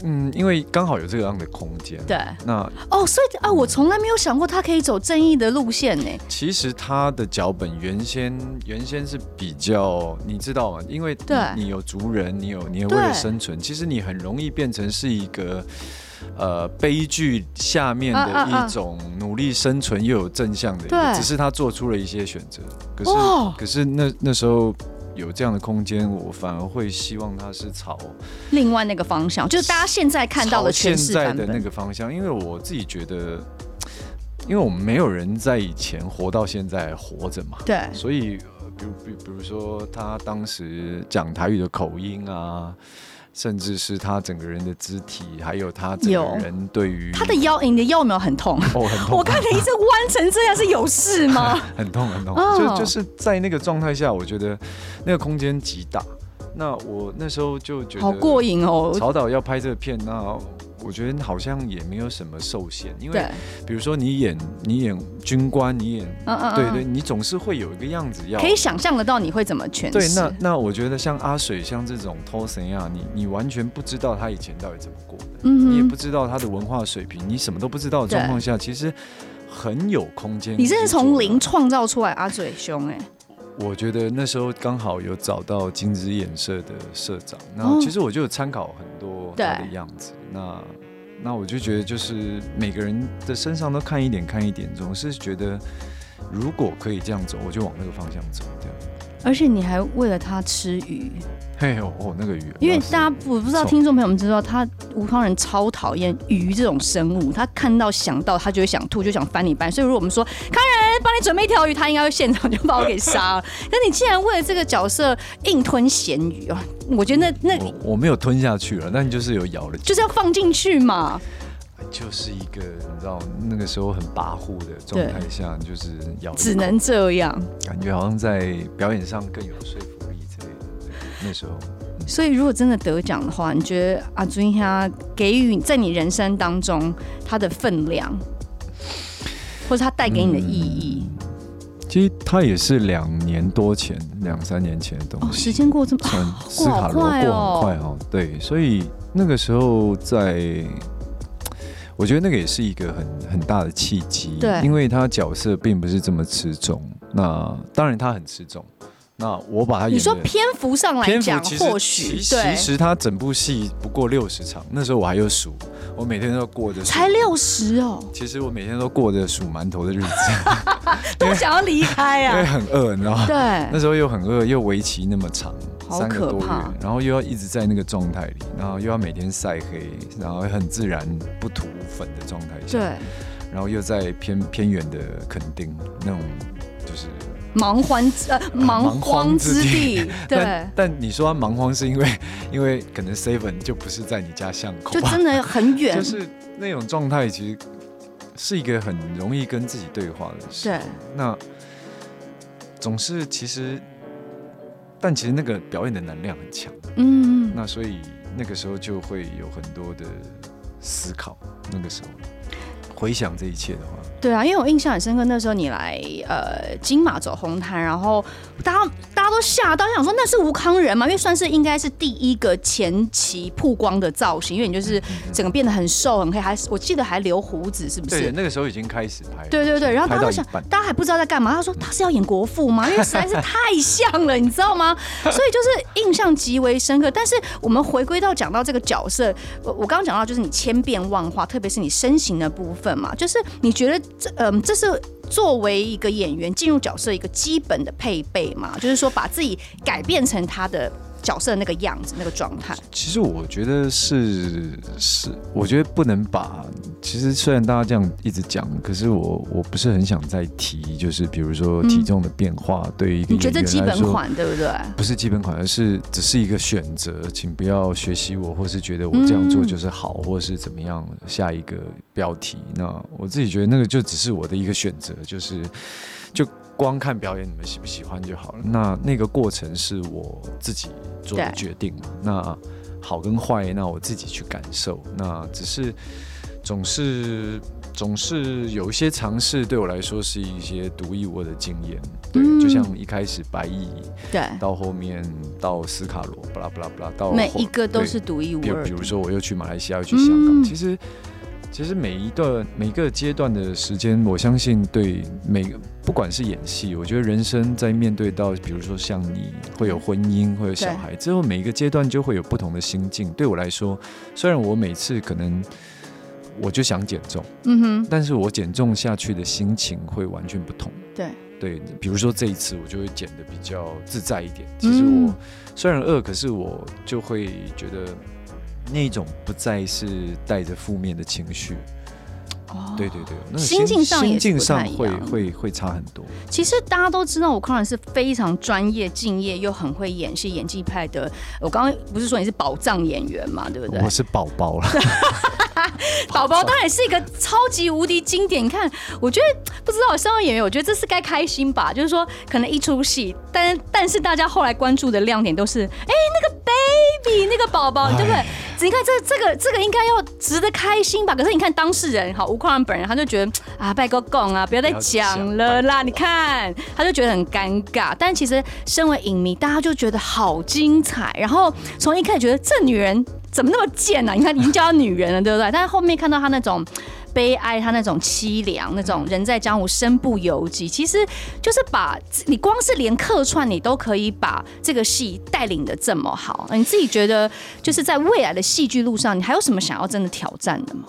因为刚好有这样的空间。 对， 那所以啊，我从来没有想过他可以走正义的路线呢。 其实他的脚本原先是比较，你知道吗？因为你有族人，你为了生存，其实你很容易变成是一个悲剧下面的一种努力生存又有正向的一个，只是他做出了一些选择。可是那时候。有这样的空间，我反而会希望它是朝另外那个方向，就是大家现在看到的诠释版本， 现在的那个方向。因为我自己觉得，因为我们没有人在以前活到现在活着嘛， 对， 所以比如说他当时讲台语的口音啊。甚至是他整个人的肢体，还有他整个人对于他的腰，你的腰有没有很痛？ 很痛！ 我看你一直弯成这样，是有事吗？ 很痛。就是在那个状态下，我觉得那个空间极大。那我那时候就觉得好过瘾哦。 曹导要拍这个片，那我觉得好像也没有什么受限，因为比如说你演军官，你演对，你总是会有一个样子可以想象得到你会怎么诠释。 对，那我觉得像阿水，像这种偷神啊，你完全不知道他以前到底怎么过的，你也不知道他的文化水平，你什么都不知道的状况下，其实很有空间。 你真是从零创造出来阿水兄我觉得那时候刚好有找到金枝演社的社长，那其实我就有参考很多他的样子，那我就觉得就是每个人的身上都看一点，总是觉得如果可以这样走，我就往那个方向走。这样， 而且你还为了他吃鱼。 那个鱼， 因为大家我不知道听众朋友们知道，吴慷仁超讨厌鱼这种生物，他看到想到他就会想吐，就想翻你班。所以如果我们说慷仁帮你准备一条鱼，他应该会现场就把我给杀了。可你竟然为了这个角色硬吞咸鱼啊！我觉得那我没有吞下去了，但就是有咬了， 就是要放进去嘛。 就是一个你知道那个时候很跋扈的状态下，就是咬， 只能这样， 感觉好像在表演上更有说服力之类的。那时候， 所以如果真的得奖的话，你觉得阿尊他给予在你人生当中他的分量，或者他带给你的意义？ 其实他也是2年多前、2-3年前的东西。 时间过这么斯卡罗过很快哦。对，所以那个时候我觉得那个也是一个很大的契机。 对， 因为他角色并不是这么吃重，那当然他很吃重。那我把他演， 你说篇幅上来讲，或许其实他整部戏不过60场，那时候我还有数，我每天都过着才60哦。 其实我每天都过着数馒头的日子， 都想要离开啊， 因为很饿，你知道吗？ 对， 那时候又很饿，又为期那么长，3个多月，然后又要一直在那个状态里，然后又要每天晒黑，然后很自然不涂粉的状态下， 对， 然后又在偏远的垦丁那种就是。 蛮荒之地，对。 但你说它蛮荒是因为可能 Seven 就不是在你家巷口， 就真的很远。 就是那种状态，其实是一个很容易跟自己对话的事。 对。 那总是但其实那个表演的能量很强。那所以那个时候就会有很多的思考。那个时候回想这一切的话。 对啊，因为我印象很深刻，那时候你来金马走红毯，然后大家都吓到，想说那是吴慷仁嘛，因为算是应该是第一个前期曝光的造型，因为你就是整个变得很瘦很黑，我记得还留胡子，是不是？ 对，那个时候已经开始拍了。 对，然后大家都想，大家还不知道在干嘛。他说他是要演国父吗？因为实在是太像了，你知道吗？所以就是印象极为深刻。但是我们回归到讲到这个角色，我刚刚讲到就是你千变万化，特别是你身形的部分嘛，就是你觉得这是作为一个演员进入角色一个基本的配备嘛，就是说把自己改变成他的角色的那个样子、那个状态。 其实我觉得我觉得不能把。其实虽然大家这样一直讲，可是我不是很想再提，就是比如说体重的变化，对于一个演员来说， 你觉得基本款对不对？ 不是基本款，而是只是一个选择，请不要学习我，或是觉得我这样做就是好，或是怎么样下一个标题。那我自己觉得那个就只是我的一个选择，就光看表演你们喜不喜欢就好了。那个过程是我自己做的决定嘛。那好跟坏，那我自己去感受。那只是总是总是有一些尝试，对我来说是一些独一无二的经验。对，就像一开始白蚁， 对，到后面到斯卡罗，巴拉巴拉巴拉，到每一个都是独一无二的。 比如说，我又去马来西亚，又去香港，其实每一个阶段的时间，我相信对不管是演戏，我觉得人生在面对到，比如说像你会有婚姻，会有小孩之后，每一个阶段就会有不同的心境。对我来说，虽然我每次可能我就想减重，但是我减重下去的心情会完全不同。对，比如说这一次我就会减得比较自在一点。其实我虽然饿，可是我就会觉得那种不再是带着负面的情绪。对，那心境上也是不太一样， 会差很多。 其实大家都知道，我Conan是非常专业、敬业又很会演戏、演技派的。我刚刚不是说你是宝藏演员嘛，对不对？ 我是宝宝了。 宝宝当然是一个超级无敌经典。你看，我觉得不知道身为演员，我觉得这是该开心吧。就是说，可能一出戏，但是大家后来关注的亮点都是，那个 baby 那个宝宝，对不对？你看这个应该要值得开心吧？可是你看当事人好吴Conan本人，他就觉得拜托讲啊，不要再讲了啦。你看，他就觉得很尴尬。但其实身为影迷，大家就觉得好精彩。然后从一开始觉得这女人怎么那么贱啊？你看已经叫她女人了，对不对？但是后面看到她那种悲哀，她那种凄凉，那种人在江湖身不由己，其实就是把你光是连客串你都可以把这个戏带领的这么好。你自己觉得就是在未来的戏剧路上，你还有什么想要真的挑战的吗？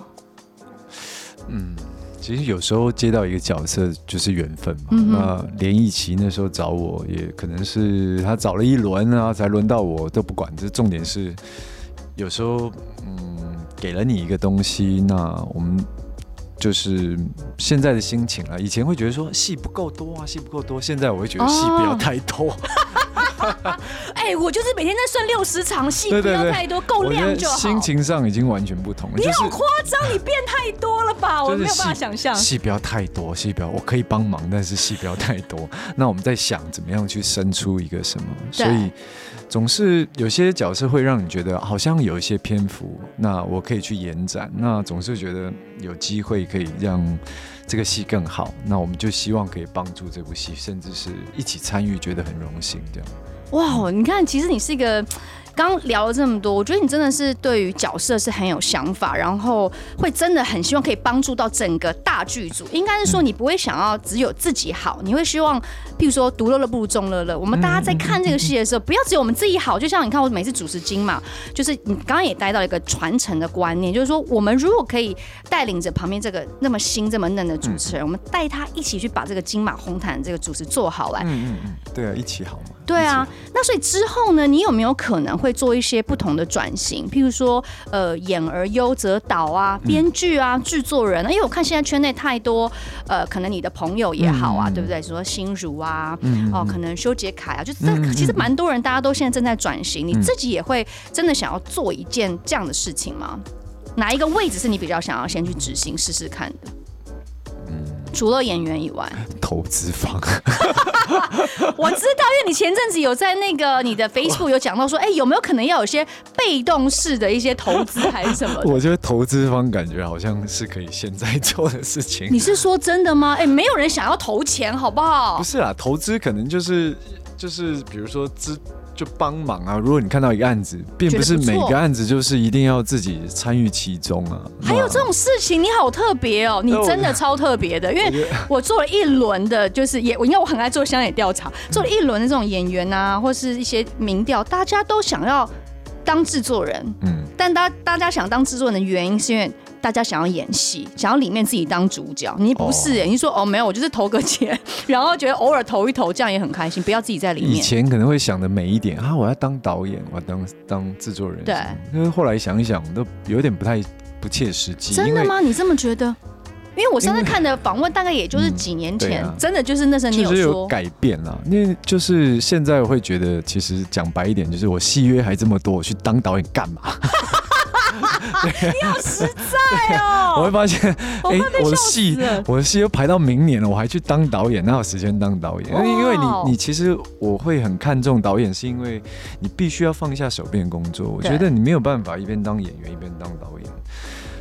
其实有时候接到一个角色就是缘分嘛。那连奕琦那时候找我，也可能是他找了一轮啊，才轮到我，都不管。这重点是有时候给了你一个东西，那我们就是现在的心情啊。以前会觉得说戏不够多啊，戏不够多，现在我会觉得戏不要太多。 我就是每天在算60场戏，不要太多，够亮就好。 心情上已经完全不同了。 你好夸张，你变太多了吧？我没有办法想象。 戏不要太多，戏不要，我可以帮忙，但是戏不要太多。那我们在想怎么样去生出一个什么，所以总是有些角色会让你觉得好像有一些篇幅，那我可以去延展。那总是觉得有机会可以让这个戏更好，那我们就希望可以帮助这部戏，甚至是一起参与，觉得很荣幸这样。 哇，你看，其实你是一个。刚聊了这么多，我觉得你真的是对于角色是很有想法，然后会真的很希望可以帮助到整个大剧组。应该是说你不会想要只有自己好，你会希望，譬如说独乐乐不如众乐乐。我们大家在看这个戏的时候，不要只有我们自己好。就像你看我每次主持金马，就是你刚刚也带到一个传承的观念，就是说我们如果可以带领着旁边这个那么新这么嫩的主持人，我们带他一起去把这个金马红毯这个主持做好来。 对啊，一起好嘛。 对啊，那所以之后呢，你有没有可能会做一些不同的转型？譬如说，演而优则导啊，编剧啊，制作人啊，因为我看现在圈内太多，可能你的朋友也好啊，对不对？说心如啊，可能修杰楷啊，就其实蛮多人，大家都现在正在转型。你自己也会真的想要做一件这样的事情吗？哪一个位置是你比较想要先去执行试试看的？除了演员以外， 投资方。 我知道，因为你前阵子有在那个你的 Facebook 有讲到说，有没有可能要有些被动式的一些投资还是什么的？ 我觉得投资方感觉好像是可以现在做的事情。 你是说真的吗？没有人想要投钱，好不好？ 不是啦，投资可能就是比如说就帮忙啊！如果你看到一个案子，并不是每个案子就是一定要自己参与其中啊。 还有这种事情，你好特别哦！你真的超特别的，因为我做了一轮的，就是因为我很爱做乡野调查，做了一轮的这种演员啊，或是一些民调，大家都想要当制作人，但大家想当制作人的原因是因为大家想要演戏，想要里面自己当主角。你不是你说没有，我就是投个钱，然后觉得偶尔投一投，这样也很开心，不要自己在里面。 以前可能会想的美一点啊，我要当导演，我要当制作人。 对， 因为后来想一想，都有点不切实际。 真的吗？你这么觉得？因为我上次看的访问大概也就是几年前，真的就是那时候你有说就是有改变啦。因为就是现在我会觉得，其实讲白一点，就是我戏约还这么多，我去当导演干嘛？ 你好实在哦！ 我会发现，我的戏又排到明年了，我还去当导演，哪有时间当导演？因为你其实我会很看重导演，是因为你必须要放下手边的工作。我觉得你没有办法一边当演员一边当导演。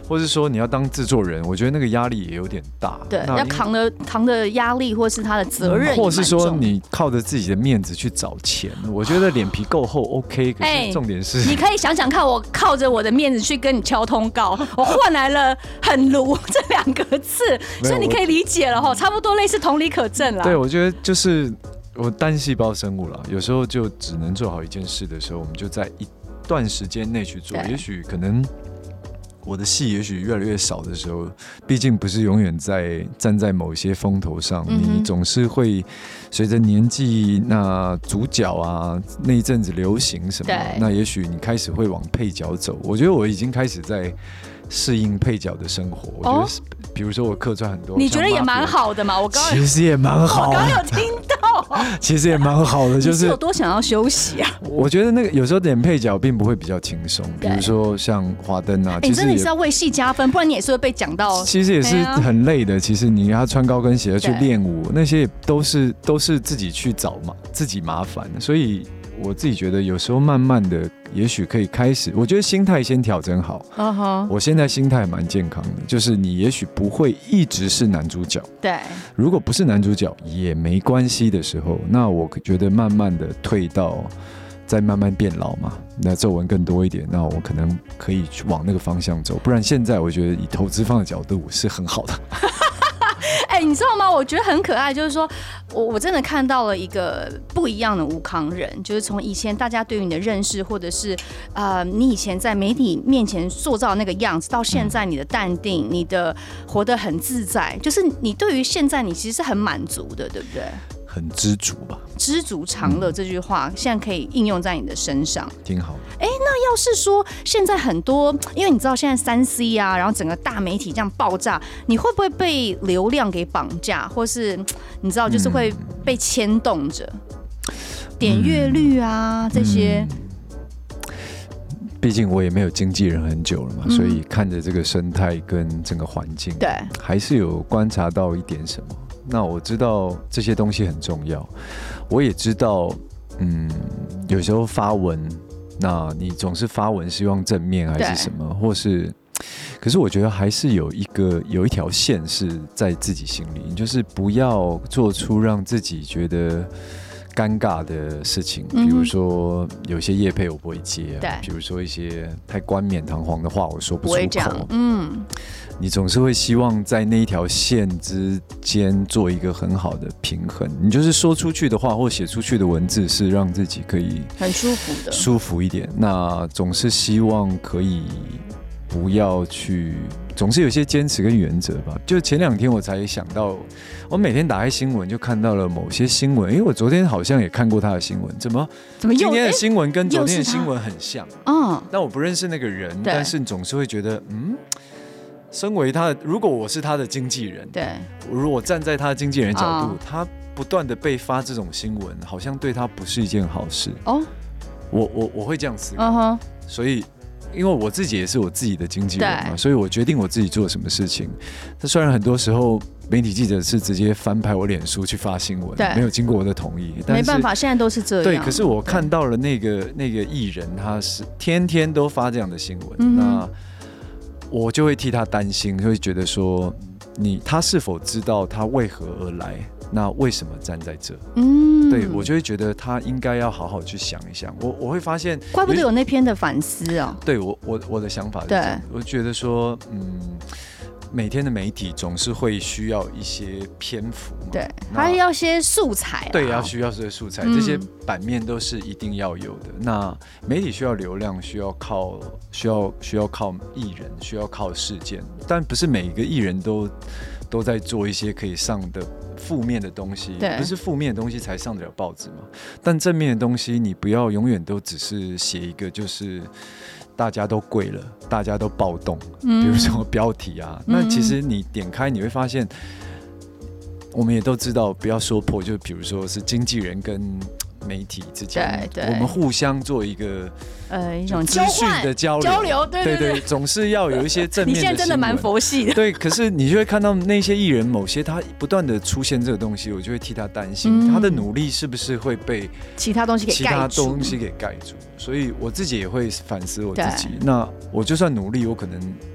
或是说你要当制作人，我觉得那个压力也有点大。 对，要扛的压力或是他的责任， 或是说你靠着自己的面子去找钱，我觉得脸皮够厚 OK。可是重点是， 你可以想想看，我靠着我的面子去跟你敲通告，我换来了很卢这2个字，所以你可以理解了哈，差不多类似同理可证啦。 对，我觉得就是我单细胞生物啦，有时候就只能做好一件事的时候，我们就在一段时间内去做，也许可能。我的戏也许越来越少的时候，毕竟不是永远站在某些风头上，你总是会随着年纪，那主角啊那一阵子流行什么，那也许你开始会往配角走。我觉得我已经开始在适应配角的生活。我觉得，比如说我客串很多， 你觉得也蛮好的嘛？我刚其实也蛮好， 我刚有听到， 其实也蛮好的，就是有多想要休息啊？ 我觉得那个有时候演配角并不会比较轻松，比如说像华灯啊， 你真的是要为戏加分，不然你也是会被讲到。 其实也是很累的。其实你要穿高跟鞋要去练舞，那些也都是自己去找嘛，自己麻烦。所以我自己觉得有时候慢慢的，也许可以开始。我觉得心态先调整好。我现在心态蛮健康的，就是你也许不会一直是男主角。 对， 如果不是男主角也没关系的时候，那我觉得慢慢的退到。再慢慢变老嘛，那皱纹更多一点，那我可能可以往那个方向走。不然现在我觉得以投资方的角度是很好的。 你知道吗？我觉得很可爱，就是说我真的看到了一个不一样的吴慷仁，就是从以前大家对于你的认识，或者是你以前在媒体面前塑造那个样子，到现在你的淡定，你的活得很自在，就是你对于现在你其实是很满足的，对不对？ 很知足吧， 知足常乐这句话现在可以应用在你的身上， 挺好的。 那要是说现在很多，因为你知道现在3C 啊，然后整个大媒体这样爆炸，你会不会被流量给绑架，或是你知道就是会被牵动着点阅率啊这些？ 毕竟我也没有经纪人很久了嘛，所以看着这个生态跟整个环境， 对， 还是有观察到一点什么。那我知道这些东西很重要，我也知道，有时候发文，那你总是发文希望正面还是什么，或是，可是我觉得还是有一条线是在自己心里，就是不要做出让自己觉得尴尬的事情，比如说有些业配我不会接啊，比如说一些太冠冕堂皇的话我说不出口，你总是会希望在那一条线之间做一个很好的平衡。你就是说出去的话或写出去的文字是让自己可以很舒服的， 舒服一点。那总是希望可以不要去，总是有些坚持跟原则吧。就前2天我才想到，我每天打开新闻就看到了某些新闻，因为我昨天好像也看过他的新闻，怎么今天的新闻跟昨天的新闻很像？但我不认识那个人，但是你总是会觉得，身为他的，如果我是他的经纪人， 对， 如果站在他的经纪人的角度，他不断的被发这种新闻，好像对他不是一件好事。我会这样思考，所以。因为我自己也是我自己的经纪人嘛，所以我决定我自己做什么事情。但虽然很多时候媒体记者是直接翻拍我脸书去发新闻，没有经过我的同意，但是没办法，现在都是这样。 对，可是我看到了那个艺人，他是天天都发这样的新闻，那我就会替他担心，就会觉得说，他是否知道他为何而来？那为什么站在这？对，我就会觉得他应该要好好去想一想。我会发现， 怪不得有那篇的反思哦。 对，我的想法是这样，我觉得说，每天的媒体总是会需要一些篇幅嘛， 对，还要些素材， 对，需要这些素材，这些版面都是一定要有的。那媒体需要流量，需要靠艺人，需要靠事件，但不是每一个艺人都在做一些可以上的负面的东西，不是负面的东西才上得了报纸嘛。但正面的东西，你不要永远都只是写一个就是大家都跪了，大家都暴动，比如说标题啊，那其实你点开你会发现，我们也都知道，不要说破，就比如说是经纪人跟媒体之间，我们互相做一个一种资讯的交流，对，总是要有一些正面的新闻。你现在真的蛮佛系的， 对。可是你就会看到那些艺人，某些他不断的出现这个东西，我就会替他担心，他的努力是不是会被其他东西给盖住？所以我自己也会反思我自己。那我就算努力，我可能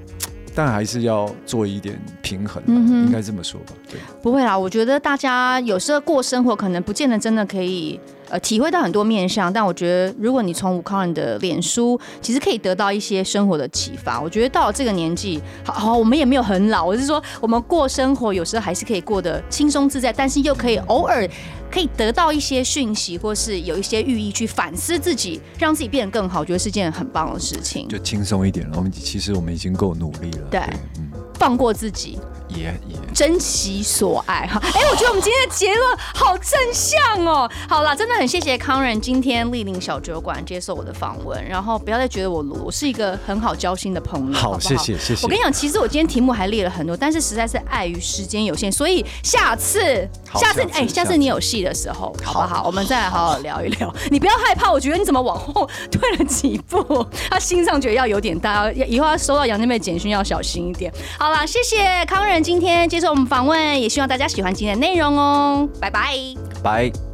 但还是要做一点平衡，应该这么说吧。对， 不会啦，我觉得大家有时候过生活可能不见得真的可以体会到很多面向，但我觉得如果你从吴慷仁的脸书，其实可以得到一些生活的启发。我觉得到了这个年纪，好，我们也没有很老，我是说我们过生活有时候还是可以过得轻松自在，但是又可以偶尔可以得到一些讯息，或是有一些寓意去反思自己，让自己变得更好，我觉得是件很棒的事情。 就轻松一点了。其实我们已经够努力了。 对，放过自己。珍惜所爱哈，我觉得我们今天的结论好正向哦。好啦，真的很谢谢慷仁今天莅临小酒馆接受我的访问，然后不要再觉得我是一个很好交心的朋友，好不好？ 谢谢。 我跟你讲，其实我今天题目还列了很多，但是实在是碍于时间有限，所以下次你有戏的时候，好不好？我们再来好好聊一聊。你不要害怕，我觉得你怎么往后退了几步，他心脏觉得要有点大，以后要收到杨建妹简讯要小心一点。好啦，谢谢慷仁今天接受我们访问，也希望大家喜欢今天的内容哦，拜拜。 拜。